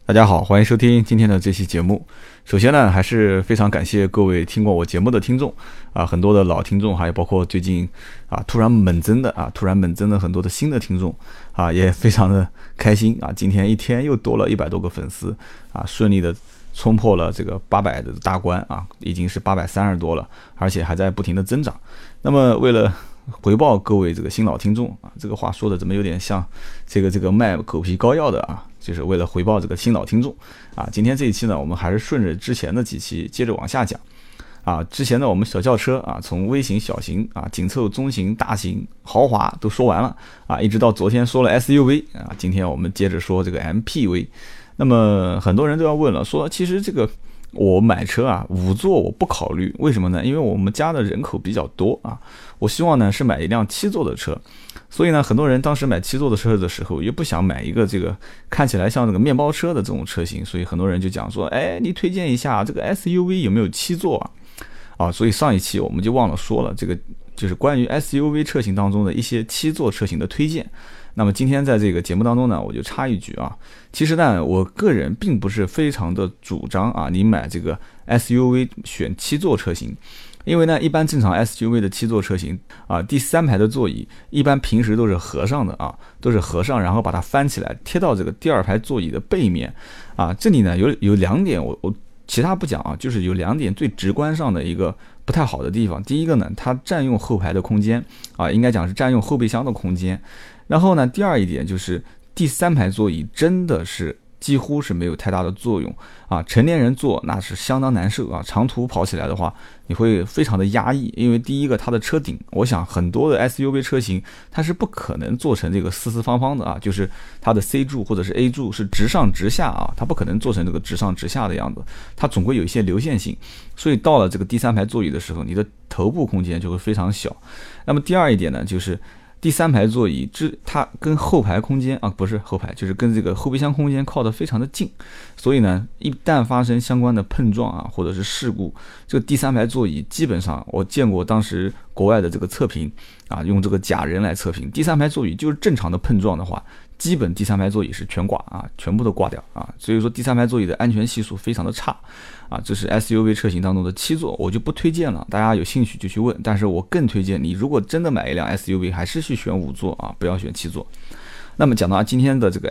大家好，欢迎收听今天的这期节目。首先呢，还是非常感谢各位听过我节目的听众啊，很多的老听众，还有包括最近突然猛增的很多的新的听众啊，也非常的开心啊。今天一天又多了100多个粉丝啊，顺利的冲破了这个800的大关啊，已经是830多了，而且还在不停的增长。那么为了回报各位这个新老听众啊，这个话说的怎么有点像这个卖狗皮膏药的啊？就是为了回报这个新老听众啊。今天这一期呢，我们还是顺着之前的几期接着往下讲啊。之前呢，我们小轿车啊，从微型、小型啊、紧凑、中型、大型、豪华都说完了啊，一直到昨天说了 SUV 啊，今天我们接着说这个 MPV。那么很多人都要问了，说其实这个我买车啊，5座我不考虑，为什么呢？因为我们家的人口比较多啊，我希望呢是买一辆7座的车。所以呢，很多人当时买7座的车的时候，也不想买一个这个看起来像这个面包车的这种车型，所以很多人就讲说，哎，你推荐一下这个 SUV 有没有7座啊？所以上一期我们就忘了说了，这个就是关于 SUV 车型当中的一些7座车型的推荐。那么今天在这个节目当中呢，我就插一句啊，其实呢，我个人并不是非常的主张啊，你买这个 SUV 选7座车型。因为呢，一般正常 SUV 的7座车型啊，第3排的座椅一般平时都是合上的啊，都是合上，然后把它翻起来贴到这个第2排座椅的背面啊。这里呢有2点，我其他不讲啊，就是有2点最直观上的一个不太好的地方。第一个呢，它占用后排的空间啊，应该讲是占用后备箱的空间。然后呢，第二一点就是第3排座椅真的是几乎是没有太大的作用啊，成年人坐那是相当难受啊，长途跑起来的话，你会非常的压抑。因为第一个，它的车顶，我想很多的 SUV 车型它是不可能做成这个四四方方的啊，就是它的 C 柱或者是 A 柱是直上直下啊，它不可能做成这个直上直下的样子，它总归有一些流线性。所以到了这个第3排座椅的时候，你的头部空间就会非常小。那么第二一点呢，就是第3排座椅它跟后排空间啊，不是后排，就是跟这个后备箱空间靠得非常的近，所以呢，一旦发生相关的碰撞啊，或者是事故，这个第3排座椅基本上我见过当时国外的这个测评啊，用这个假人来测评，第3排座椅就是正常的碰撞的话，基本第3排座椅是全挂啊，全部都挂掉啊，所以说第3排座椅的安全系数非常的差啊，这是 SUV 车型当中的7座，我就不推荐了，大家有兴趣就去问。但是我更推荐你，如果真的买一辆 SUV， 还是去选5座啊，不要选7座。那么讲到今天的这个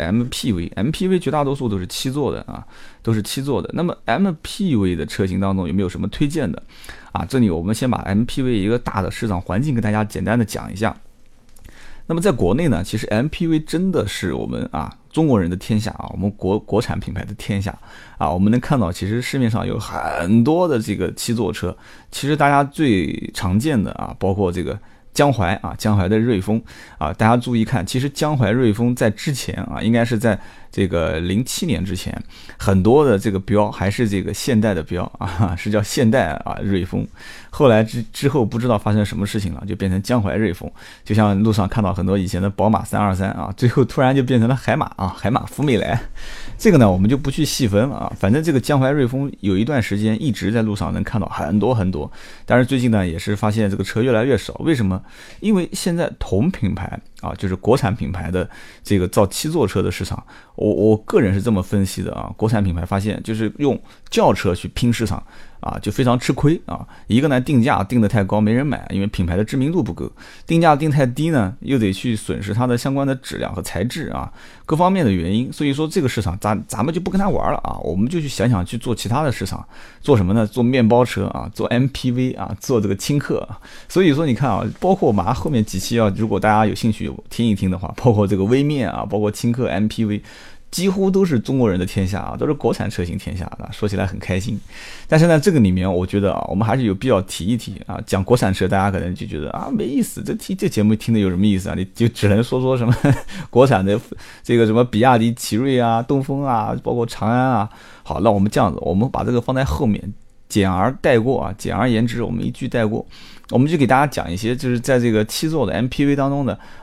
MPV 绝大多数都是7座的啊，都是7座的。那么 MPV 的车型当中有没有什么推荐的啊？这里我们先把 MPV 一个大的市场环境跟大家简单的讲一下。那么在国内呢，其实 MPV 真的是我们中国人的天下啊，我们国产品牌的天下啊。我们能看到，其实市面上有很多的这个7座车，其实大家最常见的啊，包括这个江淮的瑞风啊，大家注意看，其实江淮瑞风在之前啊，应该是在这个07年之前，很多的这个标还是这个现代的标啊，是叫现代瑞风。后来之后不知道发生什么事情了，就变成江淮瑞风。就像路上看到很多以前的宝马323啊，最后突然就变成了海马福美来。这个呢我们就不去细分了啊，反正这个江淮瑞风有一段时间一直在路上能看到很多，但是最近呢也是发现这个车越来越少。为什么？因为现在同品牌啊，就是国产品牌的这个造7座车的市场，我个人是这么分析的啊，国产品牌发现就是用轿车去拼市场啊，就非常吃亏啊。一个呢，定价定得太高没人买，因为品牌的知名度不够；定价定太低呢，又得去损失它的相关的质量和材质啊，各方面的原因。所以说这个市场咱们就不跟他玩了啊，我们就去想去做其他的市场，做什么呢？做面包车啊，做 MPV 啊，做这个轻客啊。所以说你看啊，包括马上后面几期啊，如果大家有兴趣听一听的话，包括这个微面啊，包括轻客 MPV。几乎都是中国人的天下啊，都是国产车型天下啊，说起来很开心。但是呢，这个里面我觉得啊，我们还是有必要提一提啊。讲国产车，大家可能就觉得啊没意思，这节目听的有什么意思啊？你就只能说什么国产的这个什么比亚迪、奇瑞啊、东风啊，包括长安啊。好，那我们这样子，我们把这个放在后面，简而带过啊，简而言之，我们一句带过，我们就给大家讲一些，就是在这个7座的 MPV 当中的啊。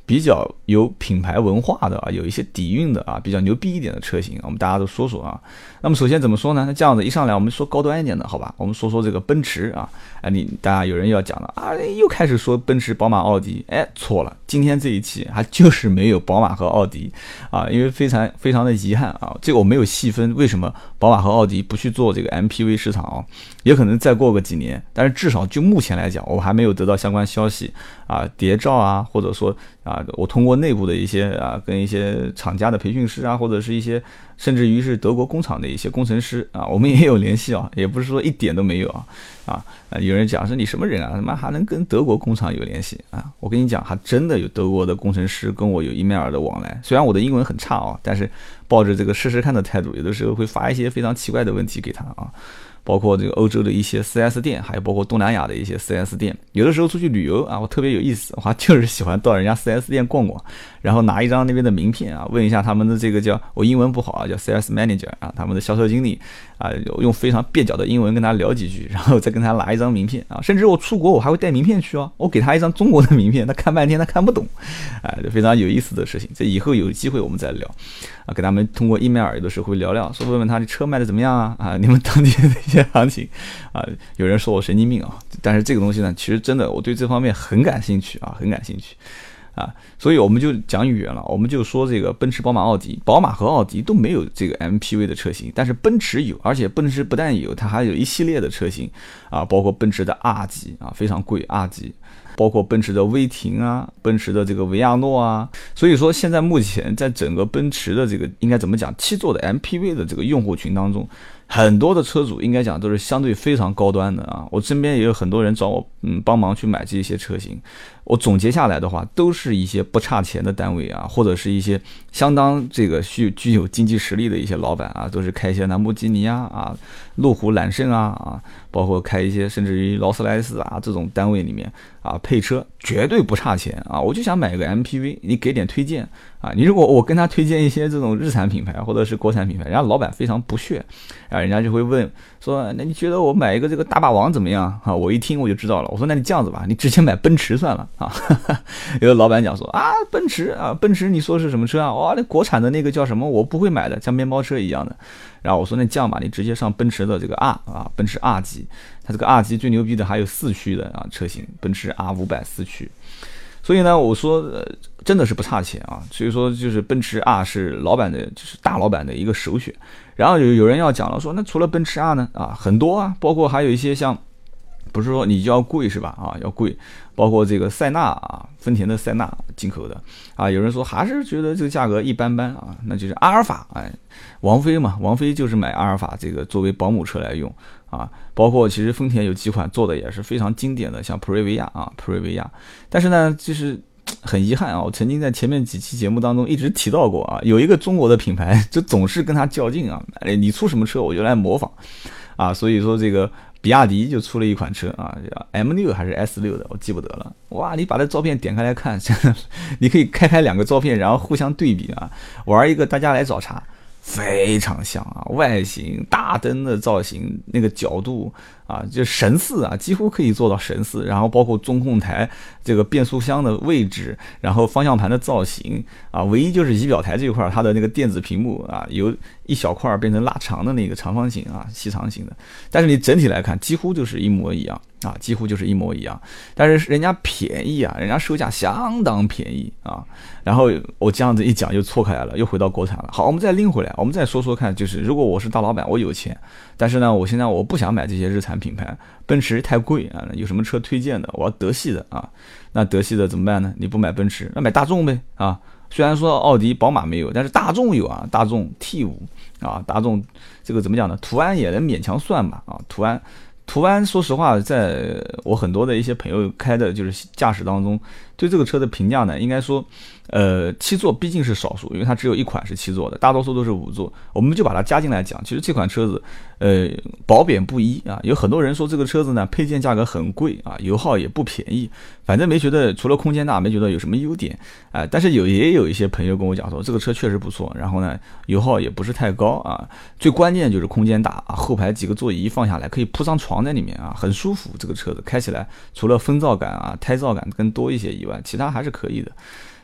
比较有品牌文化的啊，有一些底蕴的啊，比较牛逼一点的车型，我们大家都说说啊。那么首先怎么说呢？那这样子一上来，我们说高端一点的，好吧？我们说说这个奔驰啊，大家有人要讲了啊，又开始说奔驰、宝马、奥迪，错了，今天这一期还就是没有宝马和奥迪啊，因为非常非常的遗憾啊，这个我没有细分为什么宝马和奥迪不去做这个 MPV 市场啊，也可能再过个几年，但是至少就目前来讲，我还没有得到相关消息啊，谍照啊，或者说啊，我通过内部的一些啊，跟一些厂家的培训师啊，或者是一些甚至于是德国工厂的一些工程师啊，我们也有联系啊，也不是说一点都没有有人讲说你什么人啊，他妈还能跟德国工厂有联系啊？我跟你讲，还真的有德国的工程师跟我有email的往来，虽然我的英文很差啊，但是抱着这个试试看的态度，有的时候会发一些非常奇怪的问题给他啊。包括这个欧洲的一些 4S 店，还有包括东南亚的一些 4S 店，有的时候出去旅游啊，我特别有意思，我就是喜欢到人家 4S 店逛逛，然后拿一张那边的名片啊，问一下他们的这个叫我英文不好啊，叫 Sales Manager 啊，他们的销售经理啊，用非常蹩脚的英文跟他聊几句，然后再跟他拿一张名片啊，甚至我出国我还会带名片去哦，我给他一张中国的名片，他看半天他看不懂，非常有意思的事情，这以后有机会我们再聊啊，给他们通过 email 有的时候会聊聊，说问问他的车卖的怎么样啊，你们当地的一些行情啊，有人说我神经病啊，但是这个东西呢，其实真的我对这方面很感兴趣啊，很感兴趣啊，所以我们就讲远了，我们就说这个奔驰、宝马、奥迪，宝马和奥迪都没有这个 MPV 的车型，但是奔驰有，而且奔驰不但有，它还有一系列的车型啊，包括奔驰的 R 级啊，非常贵 R 级。包括奔驰的威霆啊，奔驰的这个维亚诺啊，所以说现在目前在整个奔驰的这个应该怎么讲7座的 MPV 的这个用户群当中，很多的车主应该讲都是相对非常高端的啊。我身边也有很多人找我帮忙去买这些车型，我总结下来的话，都是一些不差钱的单位啊，或者是一些相当这个具有经济实力的一些老板啊，都是开一些兰博基尼啊、路虎揽胜啊，包括开一些甚至于劳斯莱斯啊这种单位里面啊，配车绝对不差钱啊！我就想买个 MPV， 你给点推荐啊！你如果我跟他推荐一些这种日产品牌或者是国产品牌，人家老板非常不屑啊，人家就会问说，那你觉得我买一个这个大霸王怎么样啊？我一听我就知道了，我说那你这样子吧，你直接买奔驰算了啊！有的老板讲说啊，奔驰你说是什么车啊？哇，那国产的那个叫什么？我不会买的，像面包车一样的。然后我说那这样吧，你直接上奔驰的这个 R 啊，奔驰 R 级，它这个 R 级最牛逼的还有4驱的啊车型，奔驰 R500 4驱。所以呢，我说真的是不差钱啊，所以说就是奔驰 R 是老板的，就是大老板的一个首选。然后有人要讲了说，那除了奔驰 R 呢啊，很多啊，包括还有一些像。不是说你就要贵是吧？啊，要贵，包括这个塞纳啊，丰田的塞纳进口的啊，有人说还是觉得这个价格一般般啊，那就是阿尔法，王菲嘛，王菲就是买阿尔法这个作为保姆车来用啊，包括其实丰田有几款做的也是非常经典的，像普锐维亚啊，普锐维亚，但是呢，就是很遗憾啊，我曾经在前面几期节目当中一直提到过啊，有一个中国的品牌就总是跟他较劲啊，你出什么车我就来模仿啊，所以说这个。比亚迪就出了一款车啊，叫 M6 还是 S6 的，我记不得了。哇，你把这照片点开来看，你可以开2个照片，然后互相对比啊，玩一个大家来找茬，非常像啊，外形、大灯的造型、那个角度啊，就神似啊，几乎可以做到神似。然后包括中控台这个变速箱的位置，然后方向盘的造型啊，唯一就是仪表台这一块，它的那个电子屏幕啊，由一小块变成拉长的那个长方形啊，细长型的。但是你整体来看，几乎就是一模一样啊，几乎就是一模一样。但是人家便宜啊，人家售价相当便宜啊。然后我这样子一讲又错开来了，又回到国产了。好，我们再拎回来，我们再说说看，就是如果我是大老板，我有钱，但是呢，我现在我不想买这些日产品牌，奔驰太贵啊，有什么车推荐的？我要德系的啊。那德系的怎么办呢？你不买奔驰，那买大众呗啊。虽然说奥迪、宝马没有，但是大众有啊，大众 T5 啊，大众这个怎么讲呢？途安也能勉强算吧啊，途安说实话，在我很多的一些朋友开的就是驾驶当中，对这个车的评价呢，应该说7座毕竟是少数，因为它只有一款是7座的，大多数都是5座。我们就把它加进来讲，其实这款车子褒贬不一啊。有很多人说这个车子呢配件价格很贵啊，油耗也不便宜，反正没觉得除了空间大，没觉得有什么优点啊。但是也有一些朋友跟我讲说，这个车确实不错，然后呢油耗也不是太高啊，最关键就是空间大啊，后排几个座椅放下来可以铺上床在里面啊，很舒服。这个车子开起来除了风噪感啊、胎噪感更多一些以外，其他还是可以的。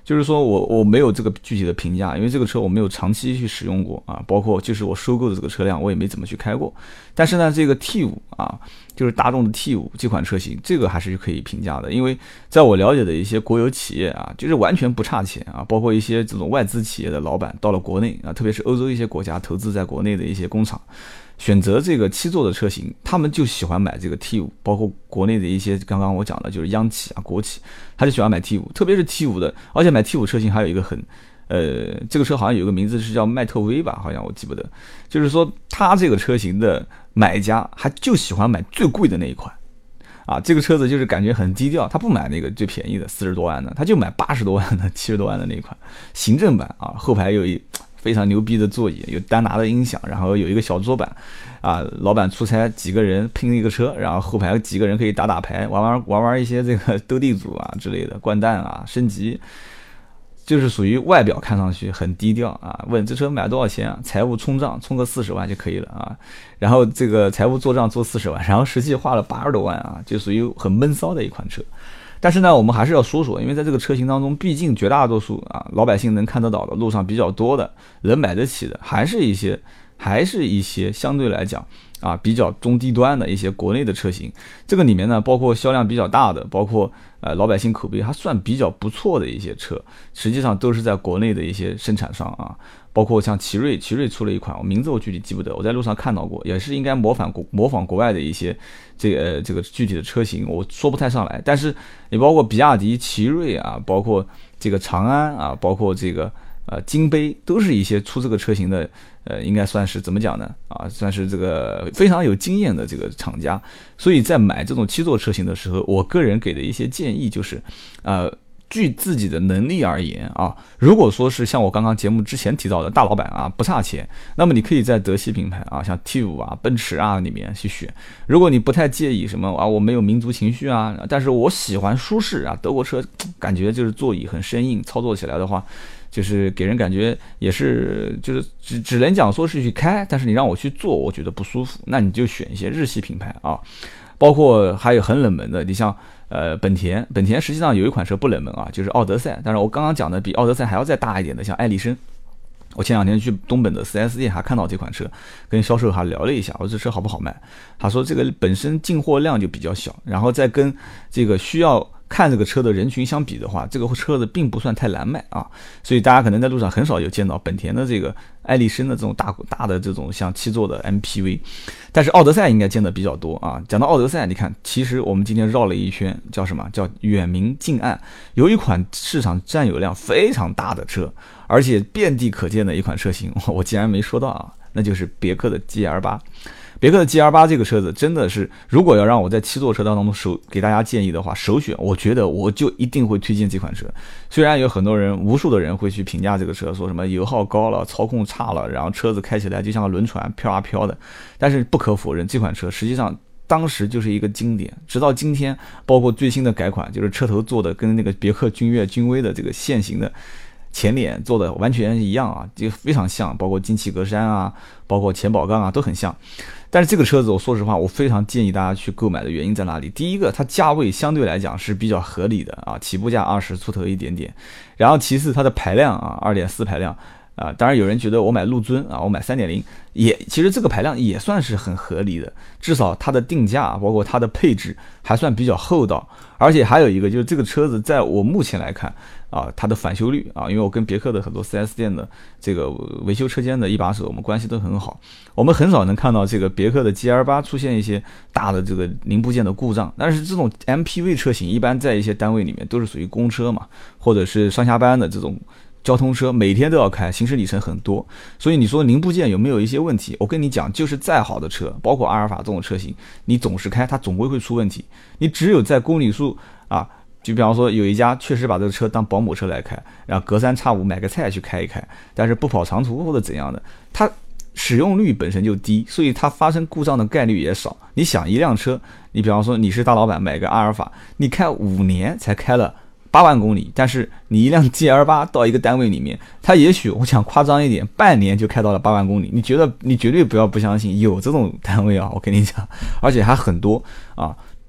就是说我没有这个具体的评价，因为这个车我没有长期去使用过啊，包括就是我收购的这个车辆我也没怎么去开过。但是呢，这个 T5 啊，就是大众的 T5这款车型，这个还是可以评价的，因为在我了解的一些国有企业啊，就是完全不差钱啊，包括一些这种外资企业的老板到了国内啊，特别是欧洲一些国家投资在国内的一些工厂。选择这个7座的车型，他们就喜欢买这个 T5，包括国内的一些刚刚我讲的就是央企啊、国企，他就喜欢买 T5，特别是 T5 的，而且买 T5 车型还有一个这个车好像有一个名字是叫迈特威吧，好像我记不得，就是说他这个车型的买家还就喜欢买最贵的那一款。啊，这个车子就是感觉很低调，他不买那个最便宜的40多万的，他就买80多万的、70多万的那一款行政版啊，后排有一非常牛逼的座椅，有单拿的音响，然后有一个小桌板，啊，老板出差几个人拼一个车，然后后排几个人可以打牌，玩一些这个斗地主啊之类的，掼蛋啊，升级，就是属于外表看上去很低调啊。问这车买多少钱啊？财务冲账冲个40万就可以了啊。然后这个财务做账做40万，然后实际花了80多万啊，就属于很闷骚的一款车。但是呢，我们还是要说说，因为在这个车型当中，毕竟绝大多数啊老百姓能看得到的，路上比较多的，人买得起的，还是一些相对来讲啊比较中低端的一些国内的车型。这个里面呢，包括销量比较大的，包括老百姓口碑还算比较不错的一些车，实际上都是在国内的一些生产商啊。包括像奇瑞出了一款，名字我具体记不得，我在路上看到过，也是应该模仿国外的一些这个具体的车型，我说不太上来。但是也包括比亚迪、奇瑞啊，包括这个长安啊，包括这个金杯，都是一些出这个车型的应该算是怎么讲呢？啊，算是这个非常有经验的这个厂家。所以在买这种7座车型的时候，我个人给的一些建议就是据自己的能力而言啊，如果说是像我刚刚节目之前提到的大老板啊，不差钱，那么你可以在德系品牌啊，像 T5 啊、奔驰啊里面去选。如果你不太介意什么啊，我没有民族情绪啊，但是我喜欢舒适啊，德国车感觉就是座椅很生硬，操作起来的话，就是给人感觉也是就是只能讲说是去开，但是你让我去坐，我觉得不舒服，那你就选一些日系品牌啊。包括还有很冷门的，你像本田实际上有一款车不冷门啊，就是奥德赛。但是我刚刚讲的比奥德赛还要再大一点的，像艾力绅。我前2天去东本的 4S 店还看到这款车，跟销售还聊了一下，我说这车好不好卖？他说这个本身进货量就比较小，然后再跟这个需要看这个车的人群相比的话，这个车子并不算太难卖啊，所以大家可能在路上很少有见到本田的这个艾力绅的这种大的这种像7座的 MPV， 但是奥德赛应该见的比较多啊。讲到奥德赛，你看，其实我们今天绕了一圈，叫什么？叫远明近暗，有一款市场占有量非常大的车，而且遍地可见的一款车型，我竟然没说到啊，那就是别克的 GL8。别克的 GL8 这个车子真的是，如果要让我在7座车当中给大家建议的话，首选我觉得我就一定会推荐这款车。虽然有很多人，无数的人会去评价这个车，说什么油耗高了、操控差了，然后车子开起来就像个轮船飘啊飘的，但是不可否认，这款车实际上当时就是一个经典，直到今天，包括最新的改款，就是车头做的跟那个别克君越、君威的这个现行的前脸做的完全一样啊，就非常像，包括进气格栅啊，包括前保杠啊都很像。但是这个车子我说实话，我非常建议大家去购买的原因在哪里？第一个，它价位相对来讲是比较合理的啊，起步价20出头一点点。然后其次，它的排量啊，2.4排量啊，当然有人觉得我买陆尊啊，我买3.0其实这个排量也算是很合理的，至少它的定价包括它的配置还算比较厚道。而且还有一个就是这个车子在我目前来看啊，它的返修率啊，因为我跟别克的很多 4S 店的这个维修车间的一把手，我们关系都很好，我们很少能看到这个别克的 GL8 出现一些大的这个零部件的故障。但是这种 MPV 车型一般在一些单位里面都是属于公车嘛，或者是上下班的这种交通车，每天都要开，行驶里程很多，所以你说零部件有没有一些问题？我跟你讲，就是再好的车，包括阿尔法这种车型，你总是开，它总归会出问题。你只有在公里数啊，就比方说有一家确实把这个车当保姆车来开，然后隔三差五买个菜去开一开，但是不跑长途或者怎样的，它使用率本身就低，所以它发生故障的概率也少。你想一辆车，你比方说你是大老板买个阿尔法，你开5年才开了8万公里，但是你一辆 GL8 到一个单位里面，它也许我想夸张一点，半年就开到了8万公里。你绝对不要不相信，有这种单位啊，我跟你讲，而且还很多啊。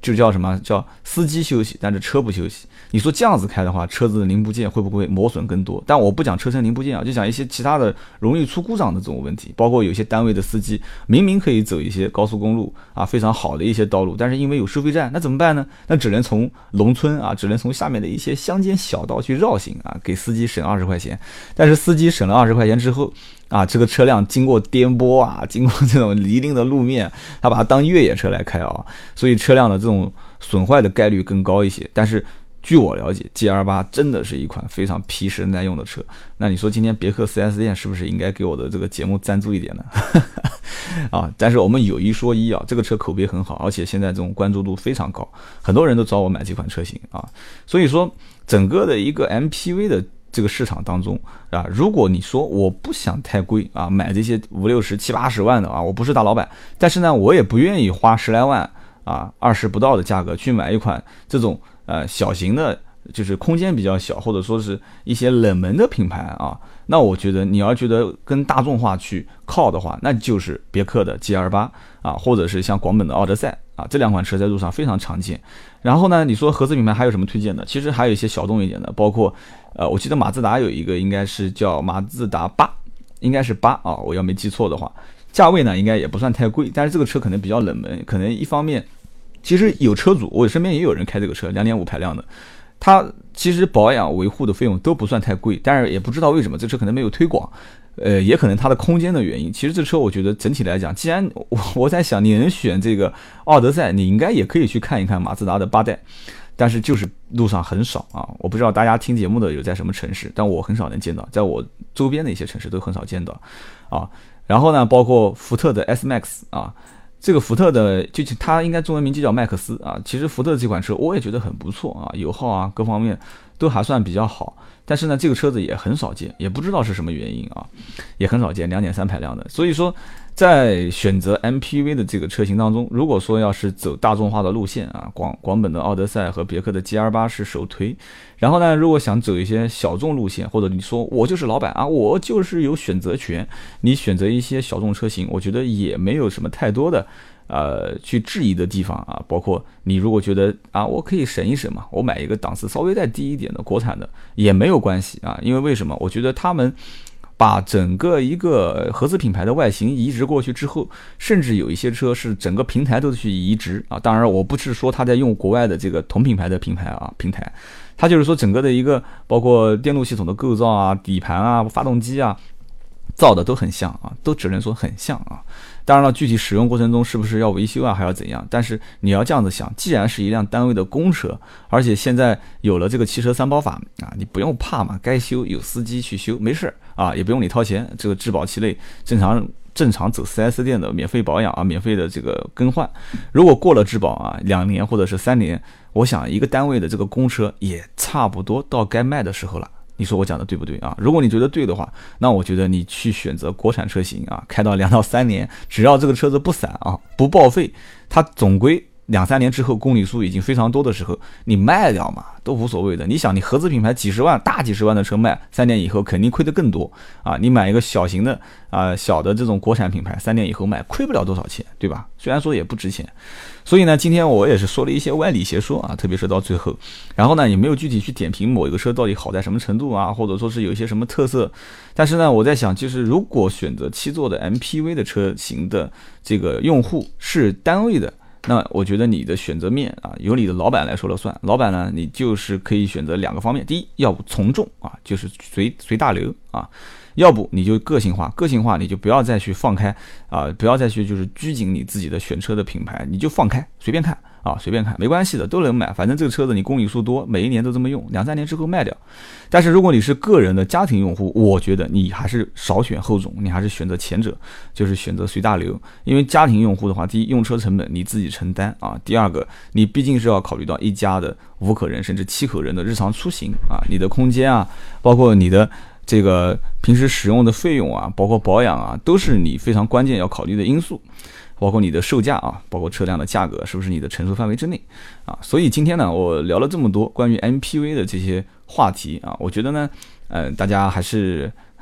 就叫什么叫司机休息，但是车不休息。你说这样子开的话，车子的零部件会不会磨损更多？但我不讲车身零部件啊，就讲一些其他的容易出故障的这种问题。包括有些单位的司机明明可以走一些高速公路啊非常好的一些道路，但是因为有收费站，那怎么办呢？那只能从农村啊，只能从下面的一些乡间小道去绕行啊，给司机省20块钱。但是司机省了20块钱之后啊，这个车辆经过颠簸啊，经过这种泥泞的路面，他把它当越野车来开啊，所以车辆的这种损坏的概率更高一些。但是据我了解 GL8 真的是一款非常皮实耐用的车。那你说今天别克 4S 店是不是应该给我的这个节目赞助一点呢？啊，但是我们有一说一啊，这个车口碑很好，而且现在这种关注度非常高，很多人都找我买这款车型啊。所以说整个的一个 MPV 的这个市场当中啊，如果你说我不想太贵啊，买这些5、60、70、80万的啊，我不是大老板，但是呢，我也不愿意花10来万啊，20不到的价格去买一款这种小型的，就是空间比较小，或者说是一些冷门的品牌啊，那我觉得你要觉得跟大众化去靠的话，那就是别克的 GL8 啊，或者是像广本的奥德赛啊，这两款车在路上非常常见。然后呢，你说合资品牌还有什么推荐的？其实还有一些小众一点的，包括我记得马自达有一个应该是叫马自达8，应该是8啊，我要没记错的话，价位呢应该也不算太贵，但是这个车可能比较冷门，可能一方面其实有车主，我身边也有人开这个车，2.5排量的，它其实保养维护的费用都不算太贵，但是也不知道为什么这车可能没有推广，也可能它的空间的原因。其实这车我觉得整体来讲，既然我在想你能选这个奥德赛，你应该也可以去看一看马自达的8代，但是就是路上很少啊。我不知道大家听节目的有在什么城市，但我很少能见到，在我周边的一些城市都很少见到啊。然后呢，包括福特的 S-Max 啊。这个福特的它应该中文名就叫麦克斯啊，其实福特这款车我也觉得很不错啊，油耗啊各方面都还算比较好，但是呢这个车子也很少见，也不知道是什么原因啊，也很少见2.3排量的。所以说在选择 MPV 的这个车型当中，如果说要是走大众化的路线啊，广本的奥德赛和别克的 GL8 是首推。然后呢，如果想走一些小众路线，或者你说我就是老板啊，我就是有选择权，你选择一些小众车型，我觉得也没有什么太多的去质疑的地方啊。包括你如果觉得啊，我可以省一省嘛，我买一个档次稍微再低一点的国产的也没有关系啊。因为为什么？我觉得他们把整个一个合资品牌的外形移植过去之后，甚至有一些车是整个平台都去移植啊。当然我不是说他在用国外的这个同品牌的平台，它就是说整个的一个包括电路系统的构造啊、底盘啊、发动机啊造的都很像啊，都只能说很像啊。当然了，具体使用过程中是不是要维修啊，还要怎样？但是你要这样子想，既然是一辆单位的公车，而且现在有了这个汽车三包法啊，你不用怕嘛，该修有司机去修，没事啊，也不用你掏钱，这个质保期内正常走 4S 店的免费保养啊，免费的这个更换。如果过了质保啊，2年或者是3年，我想一个单位的这个公车也差不多到该卖的时候了。你说我讲的对不对啊？如果你觉得对的话，那我觉得你去选择国产车型啊，开到2到3年，只要这个车子不散啊，不报废，它总归2、3年之后公里数已经非常多的时候，你卖掉嘛都无所谓的。你想，你合资品牌几十万、大几十万的车卖，3年以后肯定亏得更多啊！你买一个小型的小的这种国产品牌，3年以后卖亏不了多少钱，对吧？虽然说也不值钱。所以呢，今天我也是说了一些歪理邪说啊，特别是到最后，然后呢也没有具体去点评某一个车到底好在什么程度啊，或者说是有一些什么特色。但是呢，我在想，就是如果选择7座的 MPV 的车型的这个用户是单位的，那我觉得你的选择面啊，由你的老板来说了算。老板呢，你就是可以选择2个方面：第一，要不从众啊，就是随大流啊；要不你就个性化，你就不要再去放开啊，不要再去就是拘谨你自己的选车的品牌，你就放开，随便看啊，随便看，没关系的，都能买。反正这个车子你公里数多，每一年都这么用，2、3年之后卖掉。但是如果你是个人的家庭用户，我觉得你还是少选后种，你还是选择前者，就是选择随大流。因为家庭用户的话，第一，用车成本你自己承担啊；第二个，你毕竟是要考虑到一家的5口人甚至7口人的日常出行啊，你的空间啊，包括你的这个平时使用的费用啊，包括保养啊，都是你非常关键要考虑的因素。包括你的售价啊，包括车辆的价格是不是你的承受范围之内啊？所以今天呢，我聊了这么多关于 MPV 的这些话题啊，我觉得呢，大家还是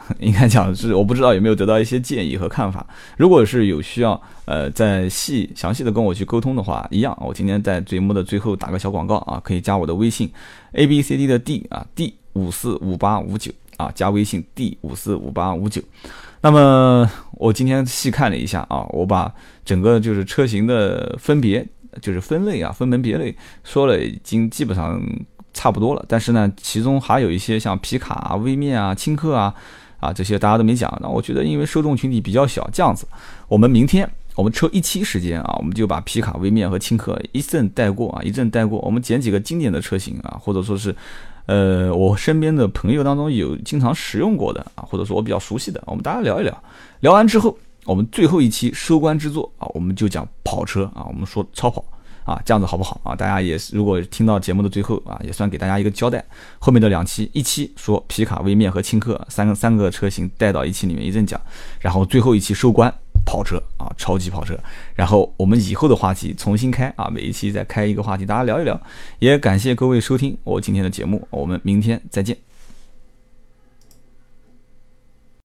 应该讲是我不知道有没有得到一些建议和看法。如果是有需要再详细的跟我去沟通的话，一样，我今天在节目的最后打个小广告啊，可以加我的微信 ABCD 的 D 啊 D545859啊，加微信 D545859。那么我今天细看了一下啊，我把整个就是车型的分别就是分类啊，分门别类说了，已经基本上差不多了。但是呢，其中还有一些像皮卡啊、威面啊、轻客啊这些大家都没讲。那我觉得因为受众群体比较小，这样子，我们明天我们抽一期时间啊，我们就把皮卡、威面和轻客一阵带过啊，一阵带过。我们捡几个经典的车型啊，或者说是我身边的朋友当中有经常使用过的啊，或者说我比较熟悉的，我们大家聊一聊。聊完之后，我们最后一期收官之作啊，我们就讲跑车啊，我们说超跑啊，这样子好不好啊？大家也如果听到节目的最后啊，也算给大家一个交代。后面的2期，一期说皮卡、威面和轻客三个车型带到一期里面一阵讲，然后最后一期收官跑车啊，超级跑车。然后我们以后的话题重新开啊，每一期再开一个话题，大家聊一聊。也感谢各位收听我今天的节目，我们明天再见。